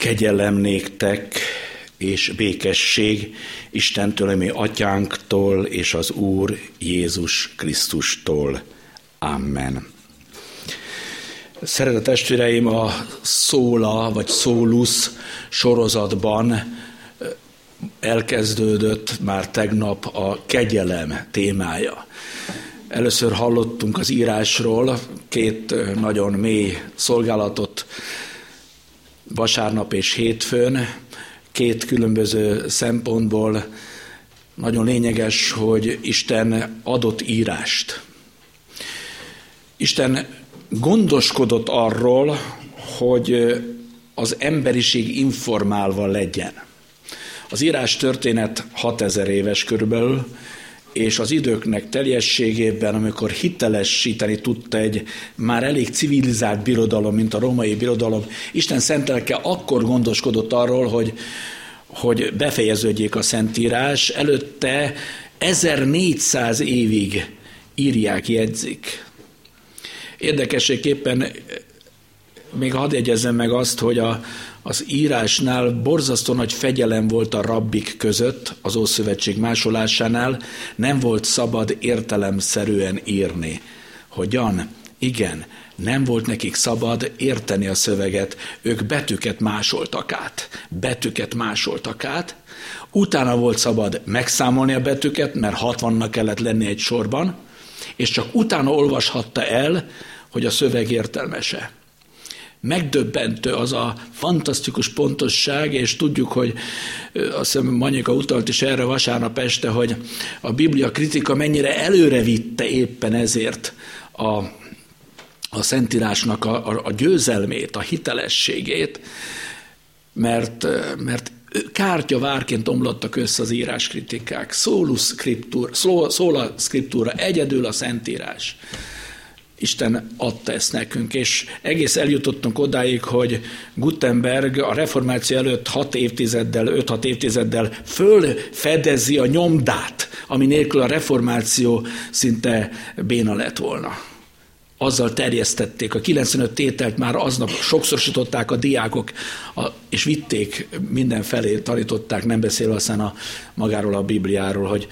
Kegyelem néktek és békesség Istentől, ami atyánktól és az Úr Jézus Krisztustól. Amen. Szeretett testvéreim, a Szóla vagy Szólusz sorozatban elkezdődött már tegnap a kegyelem témája. Először hallottunk az írásról, két nagyon mély szolgálatot vasárnap és hétfőn, két különböző szempontból. Nagyon lényeges, hogy Isten adott írást. Isten gondoskodott arról, hogy az emberiség informálva legyen. Az írás történet 6000 éves körülbelül, és az időknek teljességében, amikor hitelesíteni tudta egy már elég civilizált birodalom, mint a római birodalom, Isten szent lelke akkor gondoskodott arról, hogy befejeződjék a Szentírás. Előtte 1400 évig írják, jegyzik. Érdekességképpen még hadd jegyezzem meg azt, hogy az írásnál borzasztó nagy fegyelem volt a rabbik között, az Ószövetség másolásánál, nem volt szabad értelemszerűen írni. Hogyan? Igen, nem volt nekik szabad érteni a szöveget, ők betűket másoltak át, utána volt szabad megszámolni a betűket, mert 60-nak kellett lenni egy sorban, és csak utána olvashatta el, hogy a szöveg értelmese. Megdöbbentő az a fantasztikus pontosság, és tudjuk, hogy azt hiszem Manyika utalt is erre vasárnap este, hogy a Biblia kritika mennyire előre vitte éppen ezért a Szentírásnak a győzelmét, a hitelességét, mert kártyavárként omlottak össze az íráskritikák. Sola scriptura, egyedül a Szentírás. Isten adta ezt nekünk, és egész eljutottunk odáig, hogy Gutenberg a reformáció előtt 5-6 évtizeddel fölfedezi a nyomdát, ami nélkül a reformáció szinte béna lett volna. Azzal terjesztették, a 95 tételt már aznap sokszorosították a diákok, és vitték mindenfelé, tanították, nem beszélve aztán magáról a Bibliáról, hogy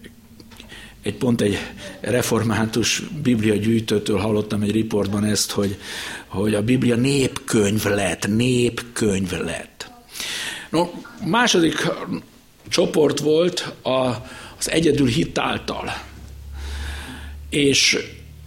egy református Biblia gyűjtőtől hallottam egy riportban ezt, hogy a Biblia népkönyv lett. No, második csoport volt az egyedül hit által. És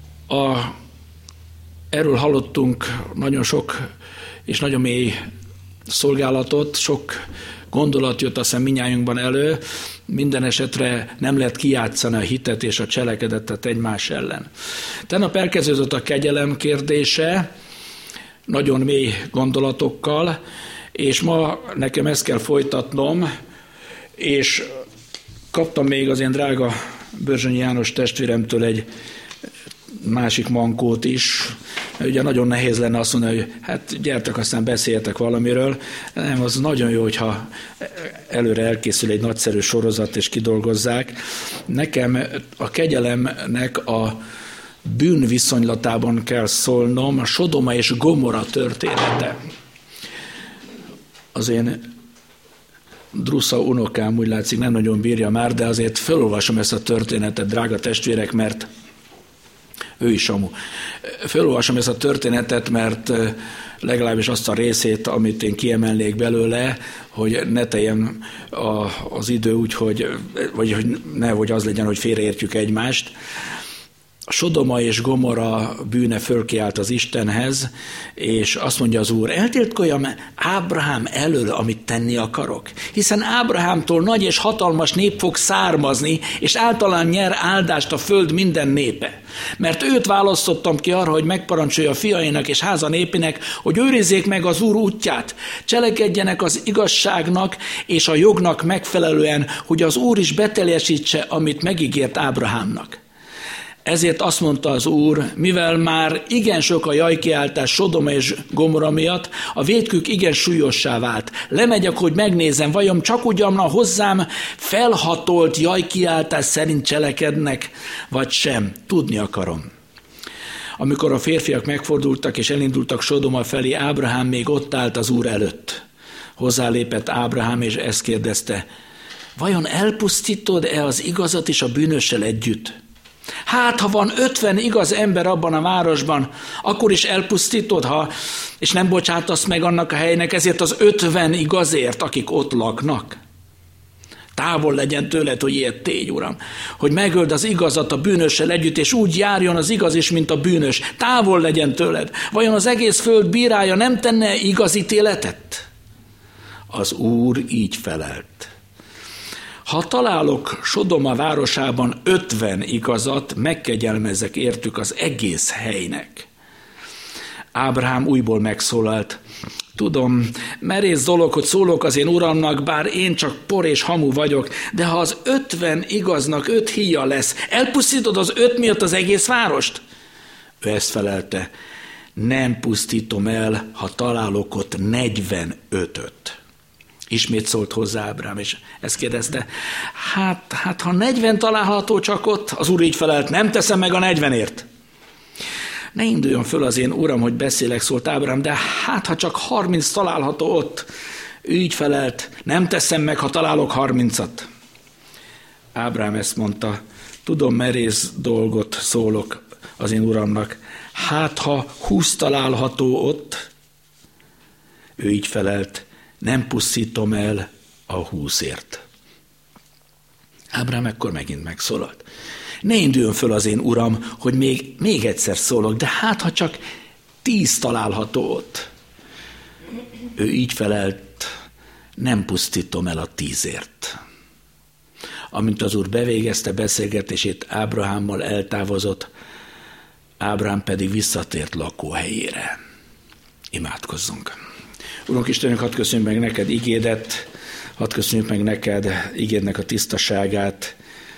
erről hallottunk nagyon sok és nagyon mély szolgálatot, sok gondolat jött azt hiszem mindnyájunkban elő, minden esetre nem lehet kijátszani a hitet és a cselekedetet egymás ellen. Tegnap elkezdődött a kegyelem kérdése, nagyon mély gondolatokkal, és ma nekem ezt kell folytatnom, és kaptam még az én drága Börzsönyi János testvéremtől egy másik mankót is. Ugye nagyon nehéz lenne azt mondani, hogy hát gyertek, aztán beszéljetek valamiről. Nem, az nagyon jó, hogyha előre elkészül egy nagyszerű sorozat, és kidolgozzák. Nekem a kegyelemnek a bűn viszonylatában kell szólnom, a Sodoma és Gomora története. Az én Drusza unokám úgy látszik nem nagyon bírja már, de azért felolvasom ezt a történetet, drága testvérek, mert ő is amú. Felolvasom ezt a történetet, mert legalábbis azt a részét, amit én kiemelnék belőle, hogy ne teljen az idő úgy, hogy nehogy az legyen, hogy félreértjük egymást. A Sodoma és Gomora bűne fölkiált az Istenhez, és azt mondja az Úr, eltiltkoljam Ábrahám elől, amit tenni akarok. Hiszen Ábrahámtól nagy és hatalmas nép fog származni, és általán nyer áldást a föld minden népe. Mert őt választottam ki arra, hogy megparancsolja a fiainak és háza népének, hogy őrizzék meg az Úr útját, cselekedjenek az igazságnak és a jognak megfelelően, hogy az Úr is beteljesítse, amit megígért Ábrahámnak. Ezért azt mondta az Úr, mivel már igen sok a jajkiáltás Sodoma és Gomora miatt, a vétkük igen súlyossá vált. Lemegyek, hogy megnézem, vajon csak ugyan a hozzám felhatolt jajkiáltás szerint cselekednek, vagy sem. Tudni akarom. Amikor a férfiak megfordultak és elindultak Sodoma felé, Ábrahám még ott állt az Úr előtt. Hozzálépett Ábrahám, és ezt kérdezte: vajon elpusztítod-e az igazat is a bűnössel együtt? Hát, ha van 50 igaz ember abban a városban, akkor is elpusztítod, és nem bocsátasz meg annak a helynek ezért az 50 igazért, akik ott laknak? Távol legyen tőled, hogy ilyet tégy, Uram, hogy megöld az igazat a bűnössel együtt, és úgy járjon az igaz is, mint a bűnös. Távol legyen tőled. Vajon az egész föld bírája nem tenne igaz ítéletet? Az Úr így felelt: ha találok Sodoma városában 50 igazat, megkegyelmezzek értük az egész helynek. Ábrahám újból megszólalt: tudom, merész dolog, hogy szólok az én uramnak, bár én csak por és hamu vagyok, de ha az 50 igaznak 5 híja lesz, elpusztítod az 5 miatt az egész várost? Ő ezt felelte: nem pusztítom el, ha találok ott 45-öt. Ismét szólt hozzá Ábrahám, és ezt kérdezte: hát ha 40 található csak ott? Az Úr így felelt: nem teszem meg a 40-ért. Ne induljon föl az én uram, hogy beszélek, szólt Ábrahám, de ha csak 30 található ott. Ő így felelt: nem teszem meg, ha találok 30-at. Ábrahám ezt mondta: tudom, merész dolgot szólok az én uramnak. Ha 20 található ott. Ő így felelt: nem pusztítom el a 20-ért. Ábrahám ekkor megint megszólalt: ne induljon föl az én uram, hogy még egyszer szólok, de ha csak 10 található ott. Ő így felelt: nem pusztítom el a 10-ért. Amint az Úr bevégezte beszélgetését, Ábrahámmal eltávozott, Ábrahám pedig visszatért lakóhelyére. Imádkozzunk. Urunk Istenünk, hadd köszönjük meg neked igédet, hadd köszönjük meg neked igédnek a tisztaságát,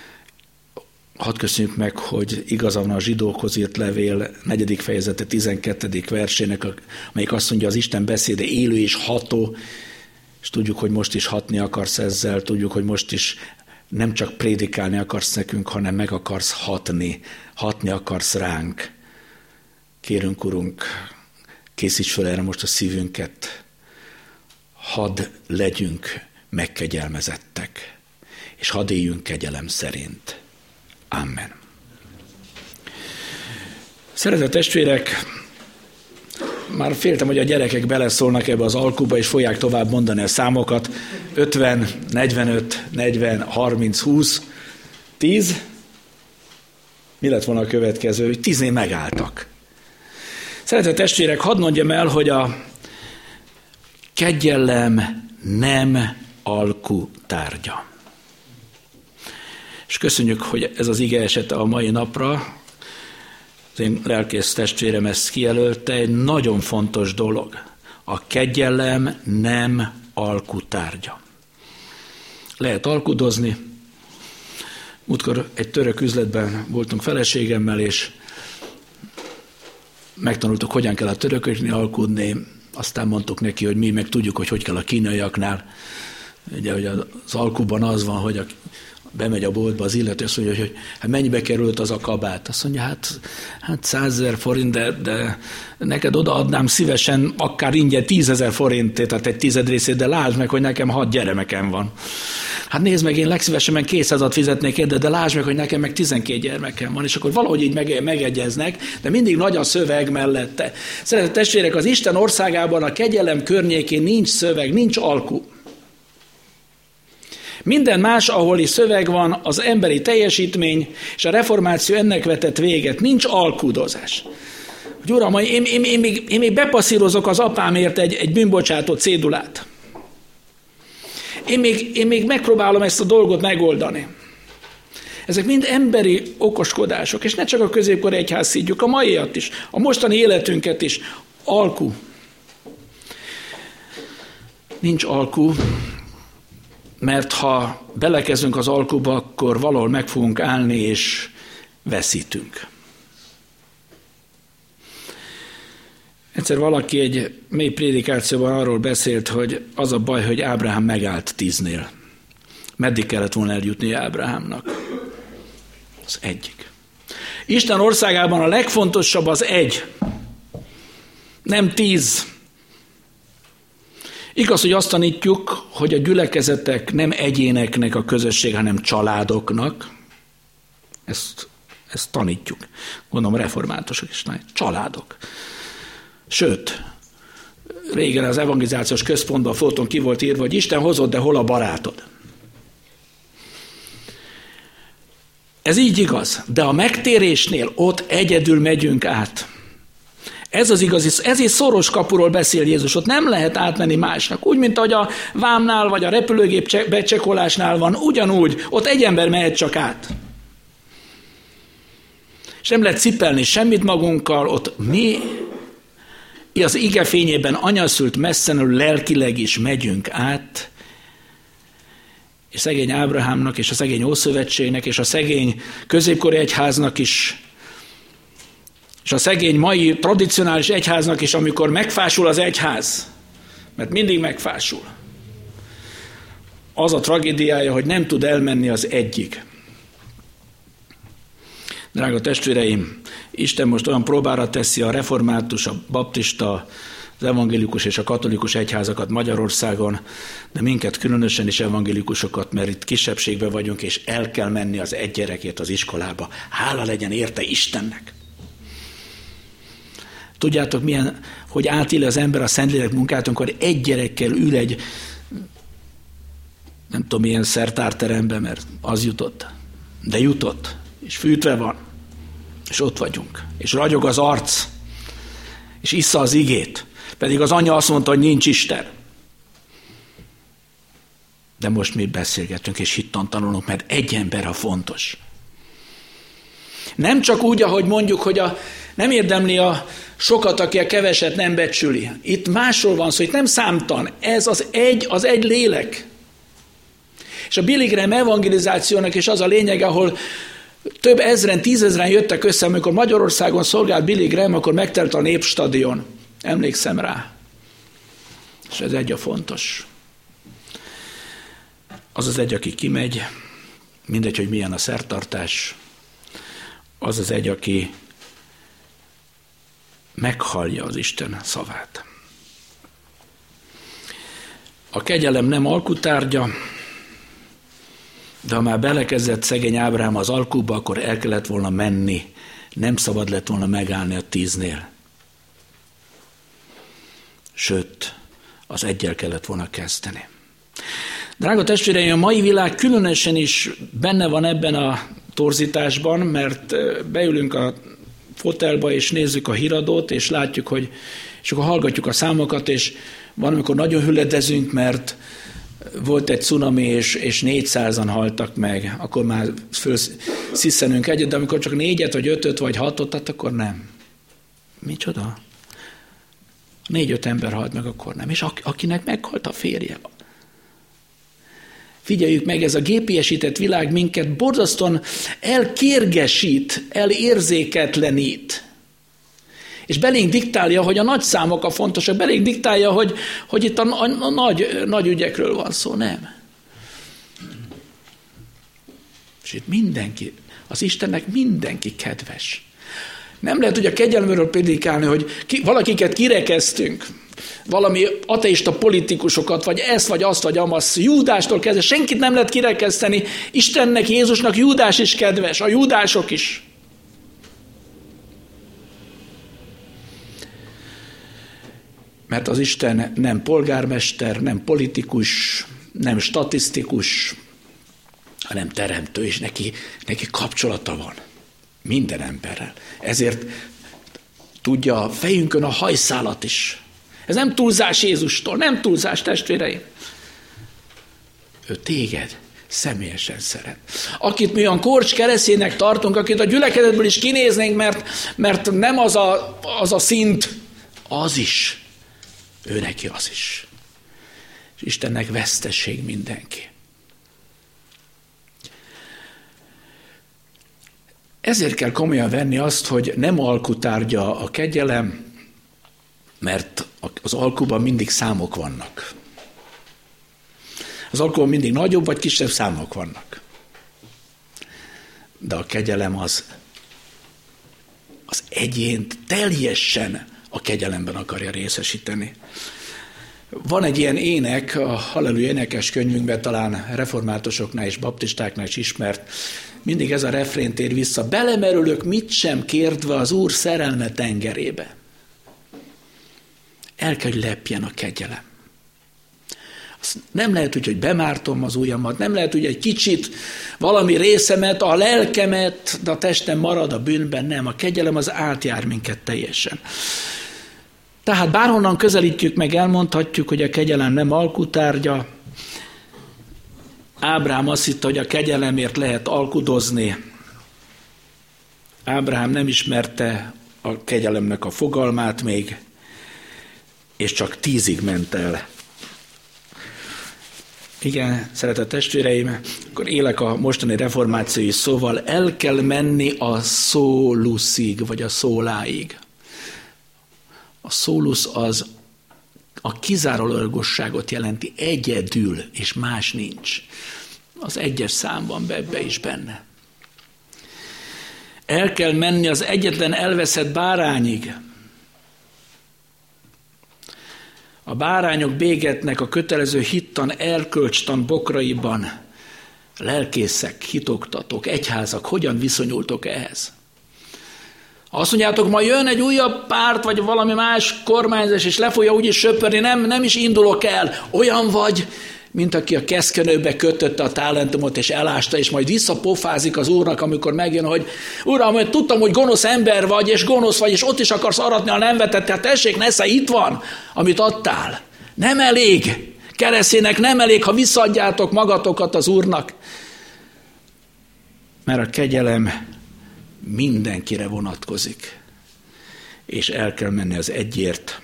hadd köszönjük meg, hogy igaza van a zsidókhoz írt levél 4. fejezete 12. versének, amelyik azt mondja, az Isten beszéde élő és ható, és tudjuk, hogy most is hatni akarsz ezzel, tudjuk, hogy most is nem csak prédikálni akarsz nekünk, hanem meg akarsz hatni akarsz ránk. Kérünk, Urunk, készíts fel erre most a szívünket, hadd legyünk megkegyelmezettek, és hadd éljünk kegyelem szerint. Amen. Szeretett testvérek, már féltem, hogy a gyerekek beleszólnak ebbe az alkuba, és fogják tovább mondani a számokat. 50, 45, 40, 30, 20, 10. Mi lett volna a következő? Hogy 10-nél megálltak. Szeretett testvérek, hadd mondjam el, hogy a kegyelem nem alku tárgya. És köszönjük, hogy ez az ige esete a mai napra. Az én lelkész testvérem ezt kijelölte, egy nagyon fontos dolog. A kegyelem nem alkutárgya. Lehet alkudozni. Múltkor egy török üzletben voltunk feleségemmel, és megtanultuk, hogyan kell a törököknél alkudni, aztán mondtuk neki, hogy mi meg tudjuk, hogy kell a kínaiaknál. Ugye, hogy az alkuban az van, hogy bemegy a boltba az illető, azt mondja, hogy hát mennyibe került az a kabát? Azt mondja, hát 100 000 forint, de neked odaadnám szívesen akár ingyen 10 000 forintét, tehát egy 10 részét, de lásd meg, hogy nekem 6 gyermekem van. Hát nézd meg, én legszívesebben 200-at fizetnék érte, de lásd meg, hogy nekem meg 12 gyermekem van, és akkor valahogy így megegyeznek, de mindig nagy a szöveg mellette. Szeretett testvérek, az Isten országában a kegyelem környékén nincs szöveg, nincs alku. Minden más, ahol is szöveg van, az emberi teljesítmény, és a reformáció ennek vetett véget. Nincs alkudozás. Hogy Uram, én még bepasszírozok az apámért egy bűnbocsátó cédulát. Én még megpróbálom ezt a dolgot megoldani. Ezek mind emberi okoskodások, és ne csak a középkori egyház szídjuk, a maiat is, a mostani életünket is. Alku. Nincs alku, mert ha belekezdünk az alkuba, akkor valahol meg fogunk állni, és veszítünk. Egyszer valaki egy mély prédikációban arról beszélt, hogy az a baj, hogy Ábrahám megállt 10-nél. Meddig kellett volna eljutni Ábrahámnak? Az egyik. Isten országában a legfontosabb az egy, nem 10. Igaz, hogy azt tanítjuk, hogy a gyülekezetek nem egyéneknek a közösség, hanem családoknak. Ezt tanítjuk. Gondolom reformátusok is. Családok. Sőt, régen az evangelizációs központban foton ki volt írva, hogy Isten hozott, de hol a barátod? Ez így igaz, de a megtérésnél ott egyedül megyünk át. Ez az igazi, ezért szoros kapuról beszél Jézus, ott nem lehet átmenni másnak. Úgy, mint ahogy a vámnál vagy a repülőgép becsekolásnál van, ugyanúgy, ott egy ember mehet csak át. És nem lehet cipelni semmit magunkkal, ott mi az ige fényében anyaszült messzenül lelkileg is megyünk át, és szegény Ábrahámnak, és a szegény Ószövetségnek, és a szegény középkori egyháznak is, és a szegény mai tradicionális egyháznak is, amikor megfásul az egyház, mert mindig megfásul. Az a tragédiája, hogy nem tud elmenni az egyik. Drága testvéreim, Isten most olyan próbára teszi a református, a baptista, az evangélikus és a katolikus egyházakat Magyarországon, de minket különösen is evangélikusokat, mert itt kisebbségben vagyunk, és el kell menni az egy gyerekért az iskolába. Hála legyen érte Istennek! Tudjátok, hogy átéli az ember a Szentlélek munkát, amikor egy gyerekkel ül egy, nem tudom milyen szertárteremben, mert az jutott, de jutott, és fűtve van, és ott vagyunk, és ragyog az arc, és issza az igét, pedig az anyja azt mondta, hogy nincs Isten. De most mi beszélgetünk, és hittan tanulunk, mert egy ember a fontos. Nem csak úgy, ahogy mondjuk, hogy nem érdemli a sokat, aki a keveset nem becsüli. Itt másról van szó, itt nem számtan. Ez az egy lélek. És a Billy Graham evangelizációnak is az a lényeg, ahol több ezren, 10 000 jöttek össze, amikor Magyarországon szolgált Billy Graham, akkor megtelt a Népstadion. Emlékszem rá. És ez egy a fontos. Az az egy, aki kimegy, mindegy, hogy milyen a szertartás, az az egy, aki meghallja az Isten szavát. A kegyelem nem alkutárgya, de ha már belekezdett szegény Ábrahám az alkuba, akkor el kellett volna menni, nem szabad lett volna megállni a 10-nél. Sőt, az egyel kellett volna kezdeni. Drága testvéreim, a mai világ különösen is benne van ebben a torzításban, mert beülünk a fotelba, és nézzük a híradót, és látjuk, és akkor hallgatjuk a számokat, és van, amikor nagyon hüledezünk, mert volt egy cunami, és 400-an haltak meg, akkor már fölsziszenünk egyet, de amikor csak 4-et, vagy 5-öt, vagy 6-ot, akkor nem. Micsoda? 4-5 ember halt meg, akkor nem. És akinek meghalt a férje. Figyeljük meg, ez a gépiesített világ minket borzasztóan elkérgesít, elérzéketlenít. És belénk diktálja, hogy a nagy számok a fontosak, belénk diktálja, hogy itt a nagy ügyekről van szó, nem. És itt mindenki, az Istennek mindenki kedves. Nem lehet ugye a kegyelmről prédikálni, hogy valakiket kirekeztünk, valami ateista politikusokat, vagy ezt, vagy azt, vagy amazt, Júdástól kezdve, senkit nem lehet kirekeszteni. Istennek, Jézusnak Júdás is kedves, a júdások is. Mert az Isten nem polgármester, nem politikus, nem statisztikus, hanem teremtő, és neki kapcsolata van minden emberrel. Ezért tudja a fejünkön a hajszálat is. Ez nem túlzás Jézustól, nem túlzás, testvéreim. Ő téged személyesen szeret. Akit mi olyan korcs kereszténynek tartunk, akit a gyülekezetből is kinéznénk, mert nem az a szint, az is. Ő neki az is. És Istennek vesztesség mindenki. Ezért kell komolyan venni azt, hogy nem alkutárgya a kegyelem, mert az alkuban mindig számok vannak. Az alkuban mindig nagyobb vagy kisebb számok vannak. De a kegyelem az egyént teljesen a kegyelemben akarja részesíteni. Van egy ilyen ének, a Halleluja énekes könyvünkben, talán reformátusoknál és baptistáknál is ismert, mindig ez a refrén tér vissza: belemerülök mit sem kérdve az Úr szerelme tengerébe. El kell, hogy lepjen a kegyelem. Azt nem lehet úgy, hogy bemártom az ujjamat, nem lehet úgy egy kicsit valami részemet, a lelkemet, de a testem marad a bűnben, nem. A kegyelem az átjár minket teljesen. Tehát bárhonnan közelítjük meg, elmondhatjuk, hogy a kegyelem nem alkutárgya. Ábrám azt hitte, hogy a kegyelemért lehet alkudozni. Ábrám nem ismerte a kegyelemnek a fogalmát még, és csak 10-ig ment el. Igen, szeretett testvéreim, akkor élek a mostani reformációi szóval, el kell menni a szóluszig, vagy a szóláig. A szólusz az a kizárólagosságot jelenti, egyedül, és más nincs. Az 1-es számban ebbe is benne. El kell menni az egyetlen elveszett bárányig. A bárányok bégetnek a kötelező hittan, erkölcstan bokraiban. Lelkészek, hitoktatók, egyházak, hogyan viszonyultok ehhez? Azt mondjátok, ma jön egy újabb párt, vagy valami más kormányzás, és le fogja úgyis söpörni, nem is indulok el. Olyan vagy, mint aki a keszkenőbe kötötte a talentumot, és elásta, és majd visszapofázik az Úrnak, amikor megjön, hogy Uram, hogy tudtam, hogy gonosz ember vagy, és gonosz vagy, és ott is akarsz aratni, ha nem vetett, tehát tessék, nesze, itt van, amit adtál. Nem elég, kereszténynek nem elég, ha visszaadjátok magatokat az Úrnak. Mert a kegyelem mindenkire vonatkozik, és el kell menni az egyért,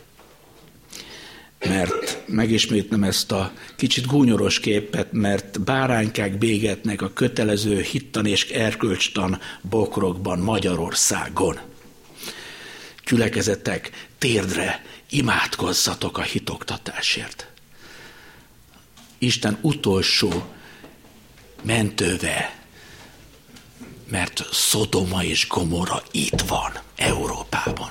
mert megismétlem ezt a kicsit gúnyoros képet, mert báránykák bégetnek a kötelező hittan és erkölcstan bokrokban Magyarországon. Gyülekezetek, térdre imádkozzatok a hitoktatásért. Isten utolsó mentőve, mert Szodoma és Gomorra itt van, Európában.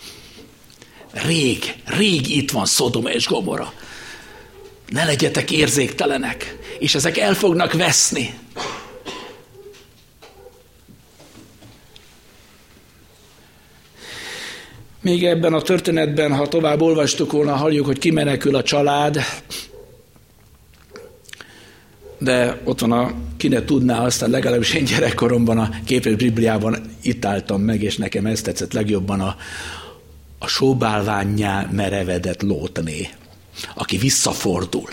Rég itt van Szodoma és Gomorra. Ne legyetek érzéktelenek, és ezek el fognak veszni. Még ebben a történetben, ha tovább olvastuk volna, halljuk, hogy kimenekül a család, de ott van ki ne tudná, aztán legalábbis én gyerekkoromban a Képes Bibliában itt álltam meg, és nekem ezt tetszett legjobban a sóbálvánnyá merevedett Lótné, aki visszafordul.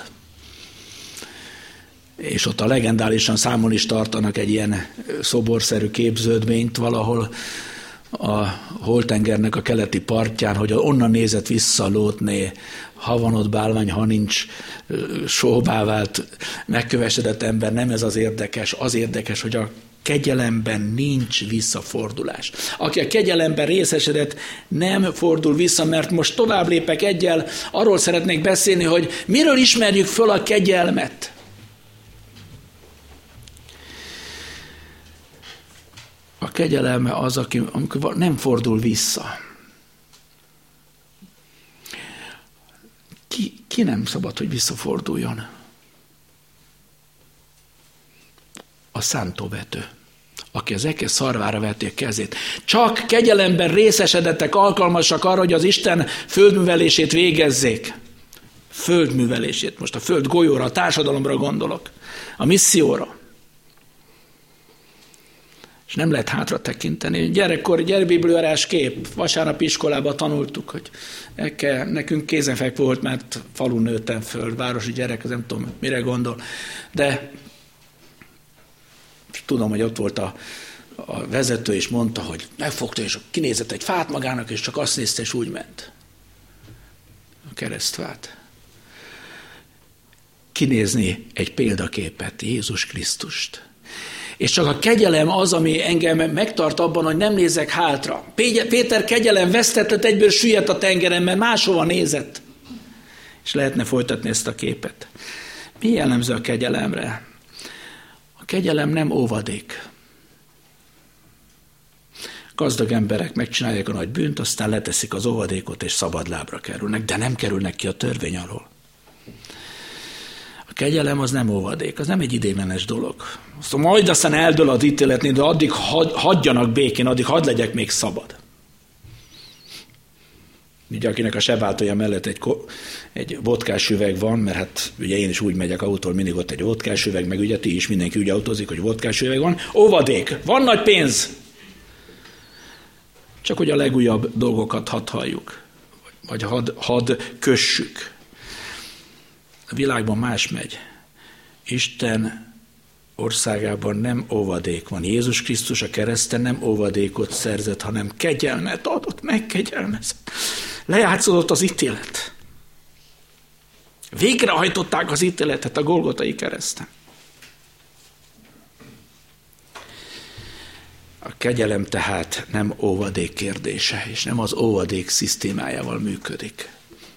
És ott a legendárisan számon is tartanak egy ilyen szoborszerű képződményt valahol a Holtengernek a keleti partján, hogy onnan nézett vissza Lótné, ha van ott bálvány, ha nincs sóbbá vált, megkövesedett ember, nem ez az érdekes, hogy a kegyelemben nincs visszafordulás. Aki a kegyelemben részesedett, nem fordul vissza, mert most tovább lépek egyel, arról szeretnék beszélni, hogy miről ismerjük föl a kegyelmet. A kegyelem az, amikor nem fordul vissza. Ki nem szabad, hogy visszaforduljon? A szántóvető, aki az eke szarvára veti a kezét. Csak kegyelemben részesedettek alkalmasak arra, hogy az Isten földművelését végezzék. Földművelését. Most a föld golyóra, a társadalomra gondolok. A misszióra. És nem lehet hátra tekinteni. Gyerekkor, gyerekbibliórás kép. Vasárnapi iskolában tanultuk, hogy nekünk kézenfekvő volt, mert falun nőttem föl, városi gyerek, nem tudom, mire gondol. De tudom, hogy ott volt a vezető, és mondta, hogy megfogta, és kinézett egy fát magának, és csak azt nézte, és úgy ment. A keresztfát. Kinézni egy példaképet, Jézus Krisztust. És csak a kegyelem az, ami engem megtart abban, hogy nem nézek hátra. Péter kegyelem vesztetett, egyből süllyedt a tengeren, mert máshova nézett. És lehetne folytatni ezt a képet. Mi jellemző a kegyelemre? A kegyelem nem óvadék. Gazdag emberek megcsinálják a nagy bűnt, aztán leteszik az óvadékot, és szabadlábra kerülnek, de nem kerülnek ki a törvény alól. A kegyelem az nem óvadék, az nem egy idéglenes dolog. Szóval majd aztán eldől az ítéletnél, de addig hagyjanak békén, addig hadd legyek még szabad. Ugye akinek a sebáltója mellett egy vodkás üveg van, mert hát ugye én is úgy megyek autóval, mindig ott egy vodkás üveg, meg ugye ti is mindenki úgy autózik, hogy vodkás üveg van. Óvadék, van nagy pénz! Csak hogy a legújabb dolgokat hadd halljuk, vagy hadd kössük. A világban más megy. Isten országában nem óvadék van. Jézus Krisztus a kereszten nem óvadékot szerzett, hanem kegyelmet adott, megkegyelmezett. Lejátszódott az ítélet. Végrehajtották az ítéletet a Golgotai kereszten. A kegyelem tehát nem óvadék kérdése, és nem az óvadék szisztémájával működik.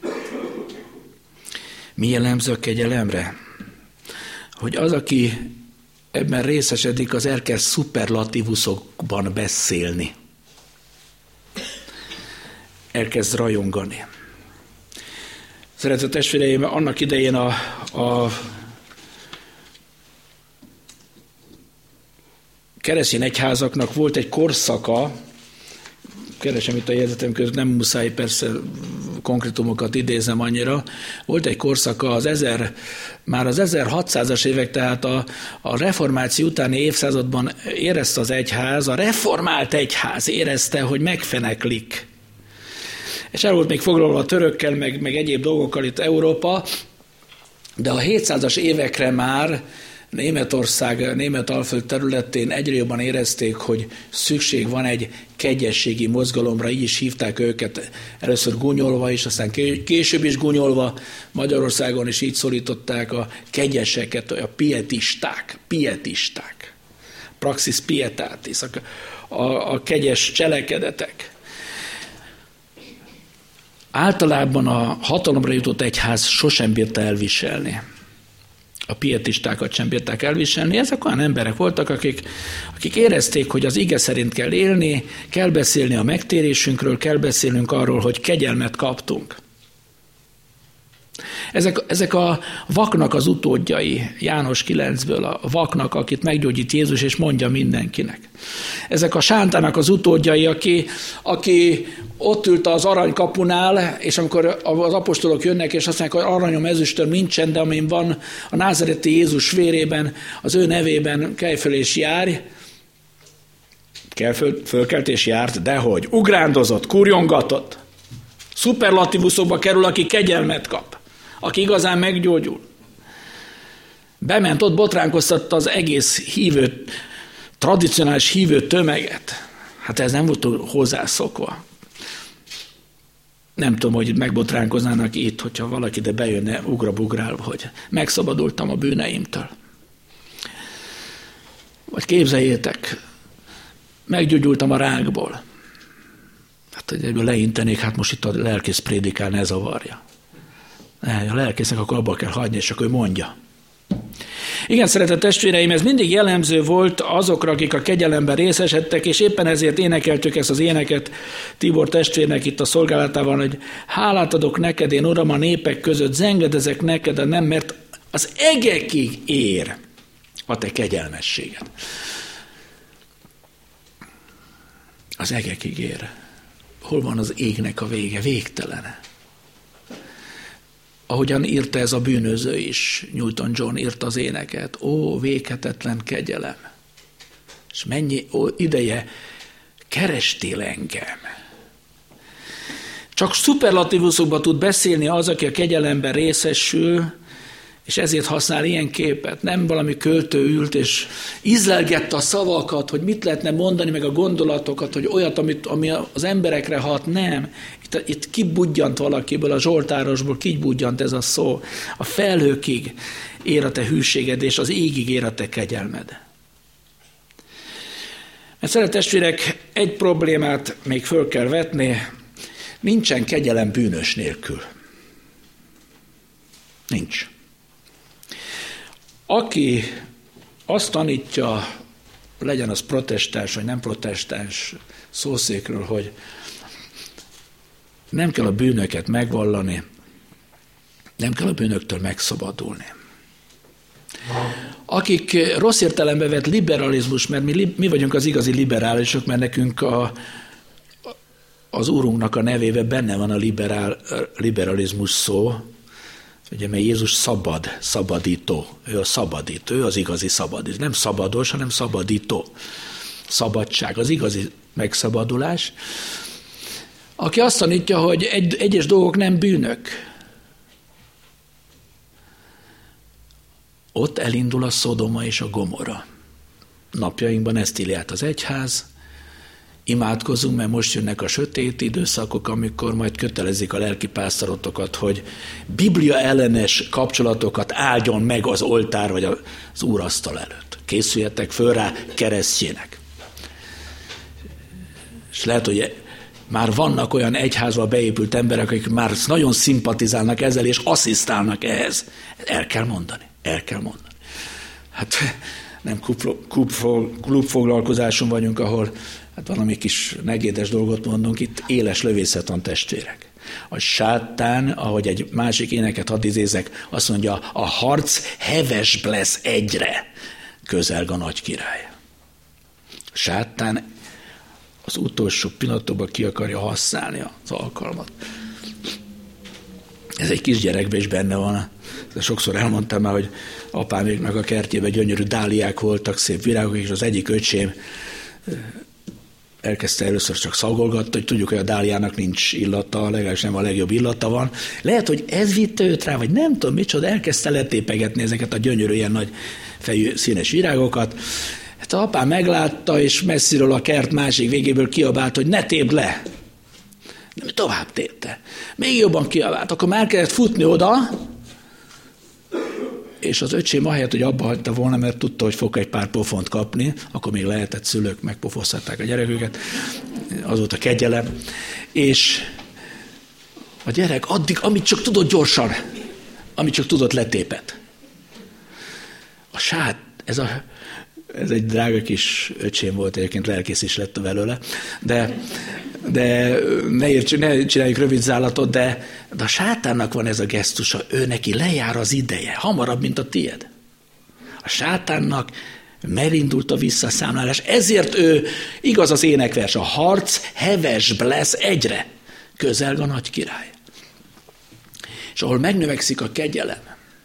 Mi jellemző a kegyelemre? Hogy az, aki ebben részesedik, az elkezd szuperlatívuszokban beszélni. Elkezd rajongani. Szeretett testvéreim, annak idején a keresztény egyházaknak volt egy korszaka, keresem itt a jegyzetem között, nem muszáj persze konkrétumokat idézem annyira, volt egy korszaka már az 1600-as évek, tehát a reformáció utáni évszázadban érezte az egyház, a reformált egyház érezte, hogy megfeneklik. És el volt még foglalva a törökkel, meg egyéb dolgokkal itt Európa, de a 700-as évekre már Németország, Németalföld területén egyre jobban érezték, hogy szükség van egy kegyességi mozgalomra, így is hívták őket, először gúnyolva is, aztán később is gúnyolva, Magyarországon is így szólították a kegyeseket, a pietisták, praxis pietatis, a kegyes cselekedetek. Általában a hatalomra jutott egyház sosem bírta elviselni. A pietistákat sem bírták elviselni. Ezek olyan emberek voltak, akik érezték, hogy az ige szerint kell élni, kell beszélni a megtérésünkről, kell beszélnünk arról, hogy kegyelmet kaptunk. Ezek a vaknak az utódjai, János 9-ből, a vaknak, akit meggyógyít Jézus, és mondja mindenkinek. Ezek a sántának az utódjai, aki ott ült az aranykapunál, és amikor az apostolok jönnek, és azt mondják, hogy aranyom, ezüstöm nincsen, de amin van a názareti Jézus vérében, az ő nevében kelj föl és járj. Fölkelt és járt, dehogy. Ugrándozott, kurjongatott. Szuperlatívuszokba kerül, aki kegyelmet kap, aki igazán meggyógyul. Bement, ott botránkoztatta az egész tradicionális hívő tömeget. Hát ez nem volt hozzászokva. Nem tudom, hogy megbotránkoznának itt, hogyha valaki ide bejönne ugrabugrálva, hogy megszabadultam a bűneimtől. Vagy képzeljétek, meggyógyultam a rákból. Hát, hogy ebből leintenék, hát most itt a lelkész prédikál, ne zavarja. A lelkésznek akkor abba kell hagyni, és akkor ő mondja. Igen, szeretett testvéreim, ez mindig jellemző volt azokra, akik a kegyelemben részesedtek, és éppen ezért énekeltük ezt az éneket Tibor testvérnek itt a szolgálatában, hogy hálát adok neked, én Uram, a népek között, zengedezek neked, de nem, mert az egekig ér a te kegyelmességed. Az egekig ér. Hol van az égnek a vége? Végtelen. Ahogyan írta ez a bűnöző is, Newton John írta az éneket, ó, véghetetlen kegyelem, és mennyi ideje kerestél engem. Csak szuperlatívuszokban tud beszélni az, aki a kegyelemben részesül, és ezért használ ilyen képet. Nem valami költő ült, és ízlelgette a szavakat, hogy mit lehetne mondani, meg a gondolatokat, hogy olyat, ami az emberekre hat. Nem. Itt kibudjant valakiből, a zsoltárosból kibudjant ez a szó. A felhőkig ér a te hűséged, és az égig ér a te kegyelmed. Mert szeretett testvérek, egy problémát még föl kell vetni, nincsen kegyelem bűnös nélkül. Nincs. Aki azt tanítja legyen az protestáns vagy nem protestáns szószékről, hogy nem kell a bűnöket megvallani, nem kell a bűnöktől megszabadulni. Akik rossz értelembe vett liberalizmus, mert mi vagyunk az igazi liberálisok, mert nekünk az Úrunknak a nevében benne van a liberalizmus szó, ugye, mert Jézus szabadító. Ő a szabadító, ő az igazi szabadító. Nem szabados, hanem szabadító. Szabadság, az igazi megszabadulás. Aki azt tanítja, hogy egyes dolgok nem bűnök, ott elindul a Szodoma és a Gomorra. Napjainkban ezt írja át az egyház, imádkozunk, mert most jönnek a sötét időszakok, amikor majd kötelezik a lelkipásztorotokat, hogy Biblia ellenes kapcsolatokat áldjon meg az oltár vagy az úrasztal előtt. Készüljetek föl rá keresztjének. És lehet, hogy már vannak olyan egyházba beépült emberek, akik már nagyon szimpatizálnak ezzel, és asszisztálnak ehhez. El kell mondani. Hát nem klubfoglalkozáson vagyunk, ahol hát valami kis negédes dolgot mondunk, itt éles lövészetan testvérek. A sátán, ahogy egy másik éneket hadd idézek, azt mondja, a harc hevesbb lesz egyre, közelg a nagy király. A sátán az utolsó pillanatokban ki akarja használni az alkalmat. Ez egy kisgyerekben is benne van. De sokszor elmondtam már, hogy apáméknak a kertjében gyönyörű dáliák voltak, szép virágok, és az egyik öcsém elkezdte először csak szagolgatni, hogy tudjuk, hogy a dáliának nincs illata, legalábbis nem a legjobb illata van. Lehet, hogy ez vitte őt rá, vagy nem tudom micsoda, elkezdte letépegetni ezeket a gyönyörű, ilyen nagy fejű színes virágokat. Hát a apám meglátta, és messziről a kert másik végéből kiabált, hogy ne tépd le. De tovább tépte. Még jobban kiabált, akkor már kellett futni oda, és az öcsém ahelyett, hogy abba hagyta volna, mert tudta, hogy fog egy pár pofont kapni, akkor még lehetett, szülők megpofozhatták a gyereküket, az volt a kegyelem, és a gyerek addig, amit csak tudott gyorsan, amit csak tudott letépet. A sát, ez egy drága kis öcsém volt, egyébként lelkész is lett belőle, de ne csináljuk rövid zállatot, de a sátánnak van ez a gesztusa, ő neki lejár az ideje, hamarabb, mint a tied. A sátánnak merindult a visszaszámlálás, ezért ő, igaz az énekvers, a harc hevesbb lesz egyre, közelg a nagy király. És ahol megnövekszik a kegyelem.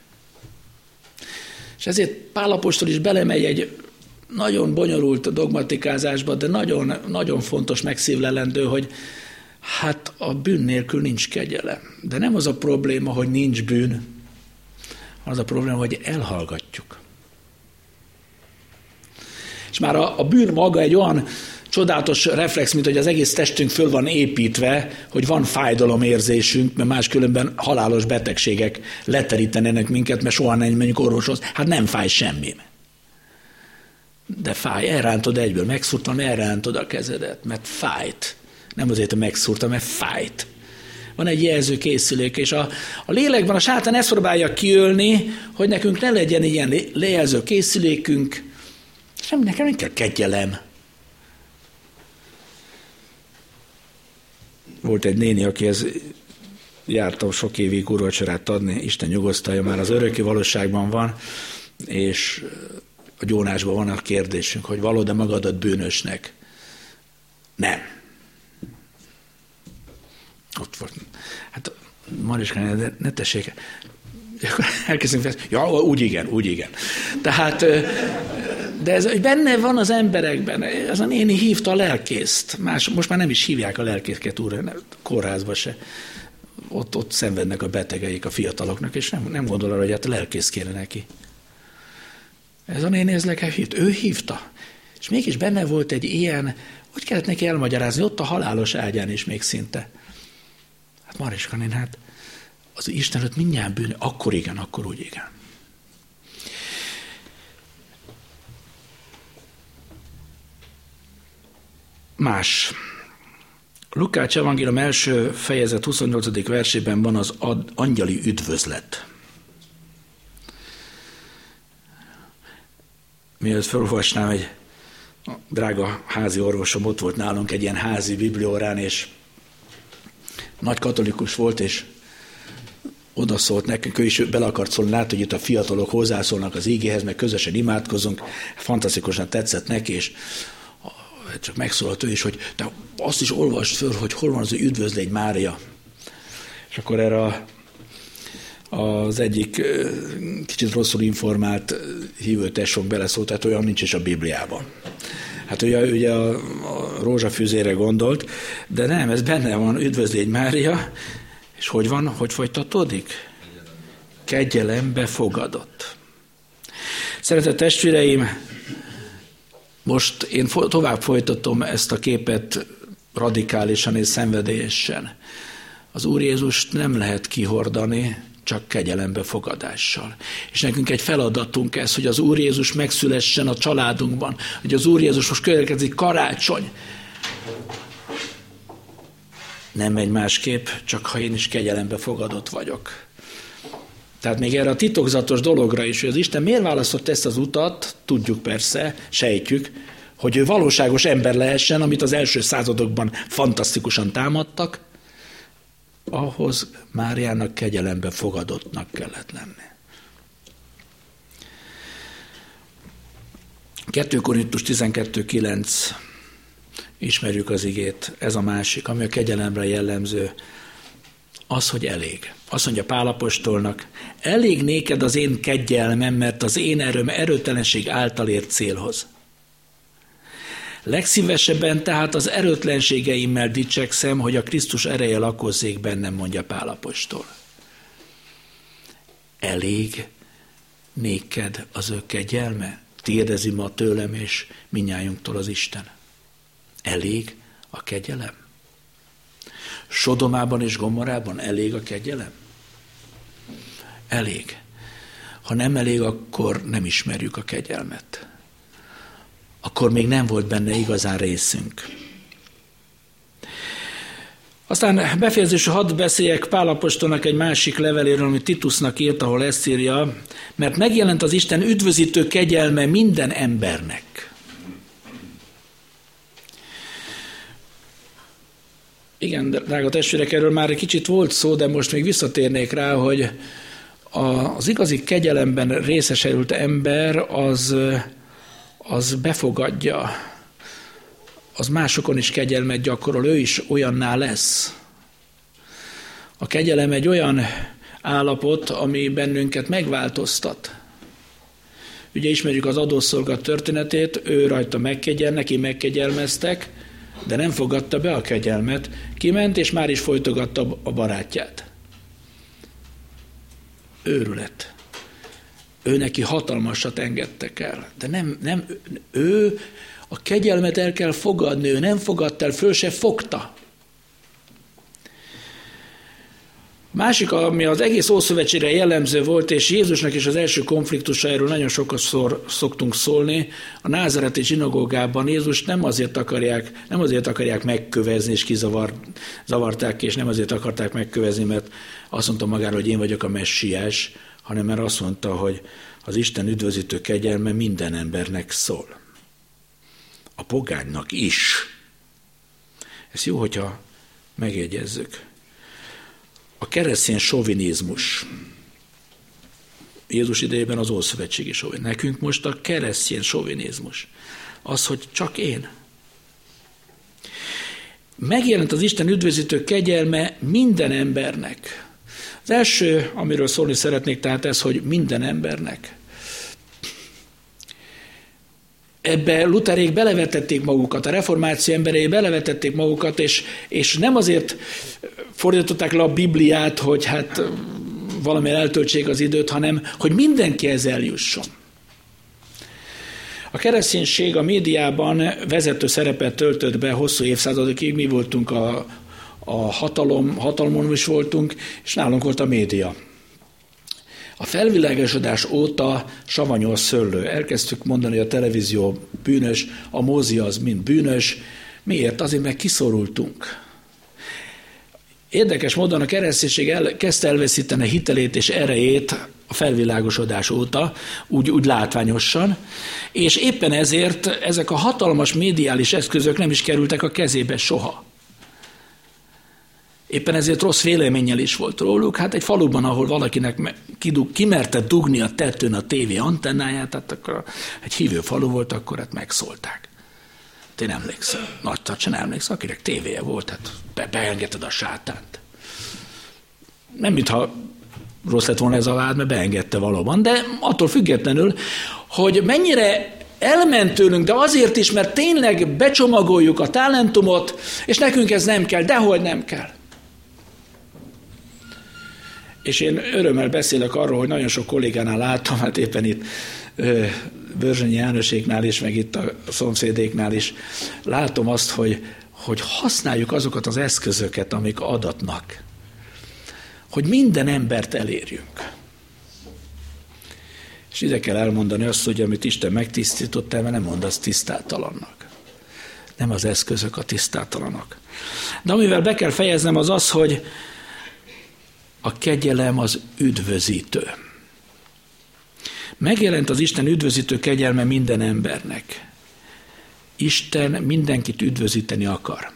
És ezért Pál apostol is belemegy egy nagyon bonyolult dogmatikázásba, de nagyon, nagyon fontos megszívlelendő, hogy hát a bűn nélkül nincs kegyelem. De nem az a probléma, hogy nincs bűn, az a probléma, hogy elhallgatjuk. És már a bűn maga egy olyan csodálatos reflex, mint hogy az egész testünk föl van építve, hogy van fájdalomérzésünk, mert máskülönben halálos betegségek leterítenének minket, mert soha nem menjünk orvoshoz. Hát nem fáj semmi. De fáj, elrántod egyből, megszúrtam, elrántod a kezedet, mert fájt. Nem azért, hogy megszúrtam, mert fájt. Van egy jelzőkészülék, és a lélekben a sátán ezt próbálja kiölni, hogy nekünk ne legyen ilyen lejelzőkészülékünk, és nekem nem kell kegyelem. Volt egy néni, akihez jártam sok évig úrvacsorát adni, Isten nyugosztalja, már az öröki valóságban van, és a gyónásban van a kérdésünk, hogy valód-e magadat bűnösnek? Nem. Ott volt. Hát Mariskán, ne tessék. Elkezdünk fel. Ja, úgy igen. Tehát, de ez benne van az emberekben. Ez a néni hívta a lelkészt. Most már nem is hívják a lelkészket kórházba se. Ott szenvednek a betegeik a fiataloknak, és nem gondol arra, hogy hát lelkész kéne neki. Ez a néni, ez ő hívta. És mégis benne volt egy ilyen, hogy kellett neki elmagyarázni, ott a halálos ágyán is még szinte. Hát Mariska néni, hát az Isten előtt mindjárt bűn, akkor igen, akkor úgy igen. Más. Lukács evangélium első fejezet 28. versében van az angyali üdvözlet. Mielőtt felolvasnám, egy drága házi orvosom ott volt nálunk egy ilyen házi bibliórán, és nagy katolikus volt, és odaszólt nekünk, ő is bele akart szólni, lát, hogy itt a fiatalok hozzászólnak az igéhez, meg közösen imádkozunk, fantasztikusan tetszett neki, és csak megszólalt ő is, hogy te azt is olvasd föl, hogy hol van az, hogy üdvözlégy Mária. És akkor erre az egyik kicsit rosszul informált hívő tesónk beleszólt, tehát olyan nincs is a Bibliában. Hát ugye a rózsafűzére gondolt, de nem, ez benne van, üdvözlégy Mária, és hogy van, hogy folytatódik? Kegyelembe fogadott. Szeretett testvéreim, most én tovább folytatom ezt a képet radikálisan és szenvedélyesen. Az Úr Jézust nem lehet kihordani, csak kegyelembe fogadással. És nekünk egy feladatunk ez, hogy az Úr Jézus megszülessen a családunkban, hogy az Úr Jézus most következik karácsony. Nem megy másképp, csak ha én is kegyelembe fogadott vagyok. Tehát még erre a titokzatos dologra is, hogy az Isten miért választott ezt az utat, tudjuk persze, sejtjük, hogy ő valóságos ember lehessen, amit az első századokban fantasztikusan támadtak, ahhoz Máriának kegyelembe fogadottnak kellett lenni. 2 Korintus 12:9, ismerjük az igét, ez a másik, ami a kegyelemre jellemző, az, hogy elég. Azt mondja Pál apostolnak, elég néked az én kegyelmem, mert az én erőm erőtlenség által ért célhoz. Legszívesebben tehát az erőtlenségeimmel dicsekszem, hogy a Krisztus ereje lakozzék bennem, mondja Pál apostol. Elég néked az ő kegyelme? Kérdezi ma tőlem és mindnyájunktól az Isten. Elég a kegyelem? Sodomában és Gomorrában elég a kegyelem? Elég. Ha nem elég, akkor nem ismerjük a kegyelmet. Akkor még nem volt benne igazán részünk. Aztán befejezésül hadd beszéljek Pál apostolnak egy másik leveléről, amit Titusnak írt, ahol ezt írja, mert megjelent az Isten üdvözítő kegyelme minden embernek. Igen, drága testvérek, erről már egy kicsit volt szó, de most még visszatérnék rá, hogy az igazi kegyelemben részesült ember az befogadja, az másokon is kegyelmet gyakorol, ő is olyanná lesz. A kegyelem egy olyan állapot, ami bennünket megváltoztat. Ugye ismerjük az adószolga történetét, ő rajta neki megkegyelmeztek, de nem fogadta be a kegyelmet, kiment és már is folytogatta a barátját. Őrület. Ő neki hatalmasat engedtek el, de nem ő a kegyelmet el kell fogadni, ő nem fogadta el, föl se fogta. Másik, ami az egész Ószövetségre jellemző volt, és Jézusnak is az első konfliktusa, erről nagyon sokszor szoktunk szólni, a názareti zsinagógában Jézus nem azért akarják megkövezni, és zavarták, és nem azért akarták megkövezni, mert azt mondta magáról, hogy én vagyok a messiás, hanem mert azt mondta, hogy az Isten üdvözítő kegyelme minden embernek szól. A pogánynak is. Ez jó, hogyha megjegyezzük. A keresztény sovinizmus. Jézus idejében az ószövetségi sovinizmus. Nekünk most a keresztény sovinizmus. Az, hogy csak én. Megjelent az Isten üdvözítő kegyelme minden embernek. Az első, amiről szólni szeretnék, tehát ez, hogy minden embernek. Ebbe Lutherék belevetették magukat, a reformáció emberei belevetették magukat, és nem azért fordították le a Bibliát, hogy hát valamilyen eltöltsék az időt, hanem hogy mindenkihez eljusson. A kereszténység a médiában vezető szerepet töltött be hosszú évszázadokig, mi voltunk a hatalmon is voltunk, és nálunk volt a média. A felvilágosodás óta savanyol szőlő. Elkezdtük mondani, hogy a televízió bűnös, a mozi az mind bűnös. Miért? Azért, mert kiszorultunk. Érdekes módon a kereszténység kezdte elveszíteni hitelét és erejét a felvilágosodás óta, úgy látványosan, és éppen ezért ezek a hatalmas médiális eszközök nem is kerültek a kezébe soha. Éppen ezért rossz véleménnyel is volt róluk. Hát egy faluban, ahol valakinek kimerte dugni a tetőn a tévé antennáját, hát akkor egy hívő falu volt, akkor hát megszólták. Én emlékszem, Nagy Tarcsán emlékszem, akinek tévéje volt, hát beengedted a sátánt. Nem mintha rossz lett volna ez a vád, mert beengedte valóban, de attól függetlenül, hogy mennyire elment tőlünk, de azért is, mert tényleg becsomagoljuk a talentumot, és nekünk ez nem kell, dehogy nem kell. És én örömmel beszélek arról, hogy nagyon sok kollégánál láttam, hát éppen itt Börzsönyi Jánoséknál is, meg itt a szomszédéknál is látom azt, hogy használjuk azokat az eszközöket, amik adatnak, hogy minden embert elérjünk. És ide kell elmondani azt, hogy amit Isten megtisztított el, mert nem mond az tisztátalannak. Nem az eszközök a tisztátalanok. De amivel be kell fejeznem az az, hogy a kegyelem az üdvözítő. Megjelent az Isten üdvözítő kegyelme minden embernek. Isten mindenkit üdvözíteni akar.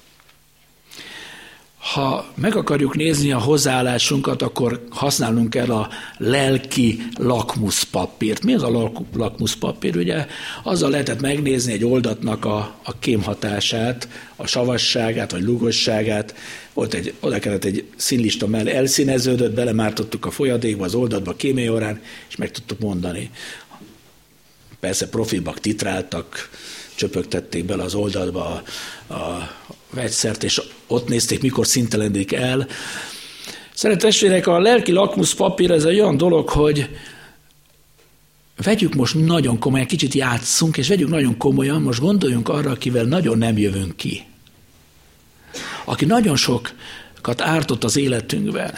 Ha meg akarjuk nézni a hozzáállásunkat, akkor használnunk kell a lelki lakmuszpapírt. Mi az a lakmuszpapír? Ugye azzal lehetett megnézni egy oldatnak a kémhatását, a savasságát, vagy lúgosságát. Oda kellett egy színlista mellé, elszíneződött, belemártottuk a folyadékba, az oldatba, kémélyorán, és meg tudtuk mondani. Persze profilbak titráltak, csöpögtették bele az oldatba a vegyszert, és ott nézték, mikor szintelenik el. Szeretett testvérek, a lelki lakmuszpapír ez egy olyan dolog, hogy vegyük most nagyon komolyan, kicsit játsszunk, és vegyük nagyon komolyan, most gondoljunk arra, akivel nagyon nem jövünk ki. Aki nagyon sokat ártott az életünkben.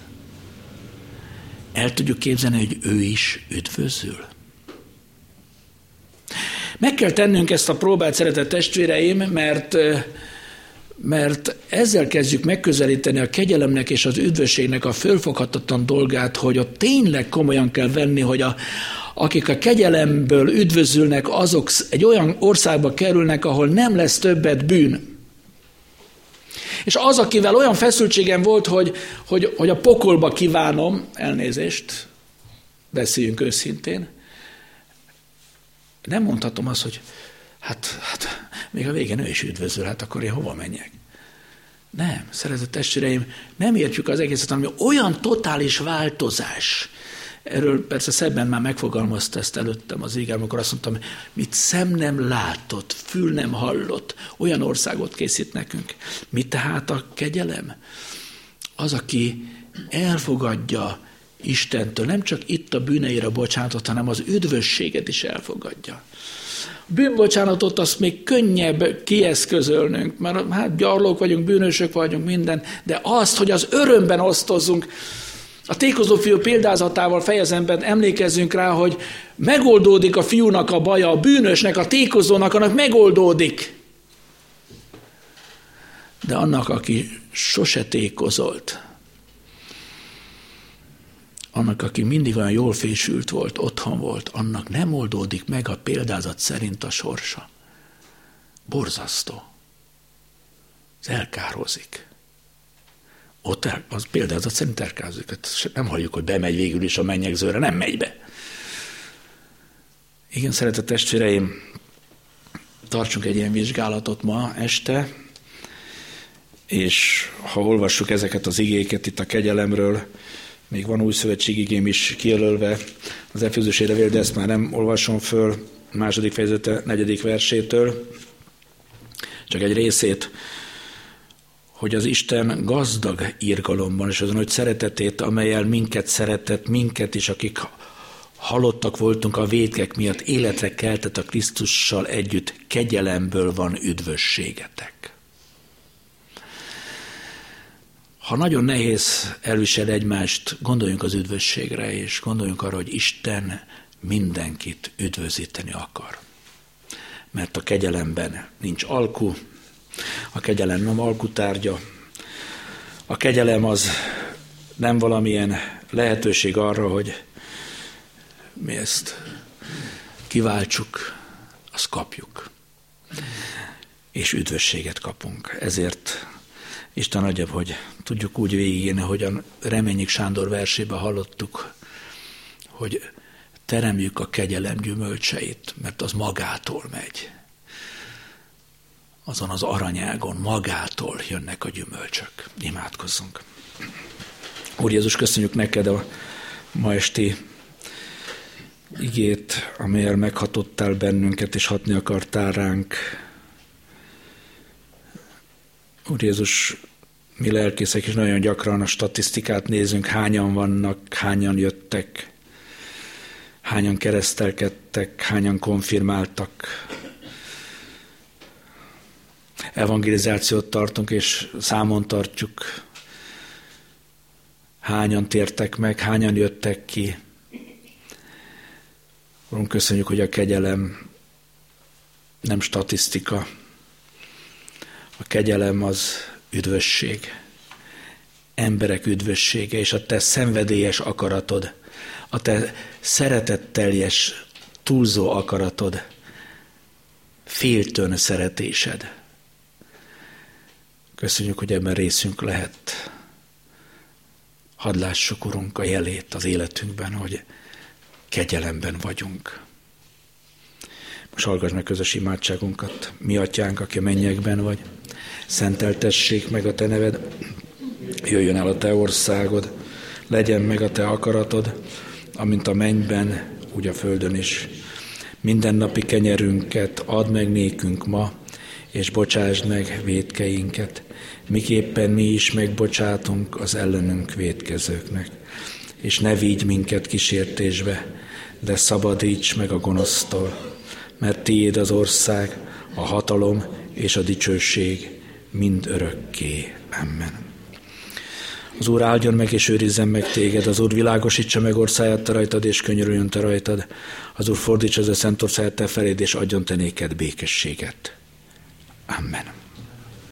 El tudjuk képzelni, hogy ő is üdvözül. Meg kell tennünk ezt a próbát, szeretett testvéreim, mert ezzel kezdjük megközelíteni a kegyelemnek és az üdvösségnek a fölfoghatatlan dolgát, hogy ott tényleg komolyan kell venni, hogy akik a kegyelemből üdvözülnek, azok egy olyan országba kerülnek, ahol nem lesz többet bűn. És az, akivel olyan feszültségem volt, hogy a pokolba kívánom, elnézést, beszéljünk őszintén, nem mondhatom azt, hogy hát még a végén ő is üdvözöl, hát akkor én hova menjek? Nem, szeretett testvéreim, nem értjük az egészet, ami olyan totális változás. Erről persze szebben már megfogalmazta ezt előttem az égám, amikor azt mondtam, mit szem nem látott, fül nem hallott, olyan országot készít nekünk. Mi tehát a kegyelem? Az, aki elfogadja Istentől, nem csak itt a bűneire bocsánatot, hanem az üdvösséget is elfogadja. A bűnbocsánatot azt még könnyebb kieszközölnünk, mert hát gyarlók vagyunk, bűnösök vagyunk, minden, de azt, hogy az örömben osztozzunk, a tékozó fiú példázatával fejezem be, emlékezzünk rá, hogy megoldódik a fiúnak a baja, a bűnösnek, a tékozónak, annak megoldódik. De annak, aki sose tékozolt, annak, aki mindig olyan jól fésült volt, otthon volt, annak nem oldódik meg a példázat szerint a sorsa. Borzasztó. Ez elkározik. Ott az példázat szerint elkározik. Nem halljuk, hogy bemegy végül is a mennyegzőre, nem megy be. Igen, szeretett testvéreim, tartsunk egy ilyen vizsgálatot ma este, és ha olvassuk ezeket az igéket itt a kegyelemről, még van új szövetség igém is kijelölve az Efézusére vél, de ezt már nem olvasom föl, 2. fejezete 4. versétől, csak egy részét, hogy az Isten gazdag irgalomban és azon, hogy szeretetét, amellyel minket szeretett, minket is, akik halottak voltunk a vétkek miatt, életre keltett a Krisztussal együtt, kegyelemből van üdvösségetek. Ha nagyon nehéz elviselni egymást, gondoljunk az üdvösségre, és gondoljunk arra, hogy Isten mindenkit üdvözíteni akar. Mert a kegyelemben nincs alku, a kegyelem nem alkutárgya, a kegyelem az nem valamilyen lehetőség arra, hogy mi ezt kiváltsuk, azt kapjuk. És üdvösséget kapunk. Ezért Isten adja, hogy tudjuk úgy végigélni, ahogyan Reményik Sándor versében hallottuk, hogy teremjük a kegyelem gyümölcseit, mert az magától megy. Azon az aranyágon magától jönnek a gyümölcsök. Imádkozzunk. Úr Jézus, köszönjük neked a ma esti igét, amelyel meghatottál bennünket, és hatni akartál ránk. Úr Jézus, mi lelkészek is nagyon gyakran a statisztikát nézünk, hányan vannak, hányan jöttek, hányan keresztelkedtek, hányan konfirmáltak. Evangelizációt tartunk, és számon tartjuk, hányan tértek meg, hányan jöttek ki. Urunk, köszönjük, hogy a kegyelem nem statisztika. A kegyelem az üdvösség, emberek üdvössége, és a te szenvedélyes akaratod, a te szeretetteljes, túlzó akaratod, féltőn szeretésed. Köszönjük, hogy ebben részünk lehet. Hadd lássuk, Urunk, a jelét az életünkben, hogy kegyelemben vagyunk. Most hallgass meg közös imádságunkat. Mi atyánk, aki a mennyekben vagy, szenteltessék meg a te neved, jöjjön el a te országod, legyen meg a te akaratod, amint a mennyben, úgy a földön is. Mindennapi kenyerünket add meg nékünk ma, és bocsásd meg vétkeinket, miképpen mi is megbocsátunk az ellenünk vétkezőknek. És ne vigy minket kísértésbe, de szabadíts meg a gonosztól, mert tiéd az ország, a hatalom és a dicsőség mind örökké. Amen. Az Úr áldjon meg és őrizzen meg téged, az Úr világosítsa meg orszáját te rajtad, és könyörüljön te rajtad, az Úr fordítsa az ő szent orszáját te feléd, és adjon te néked békességet. Amen.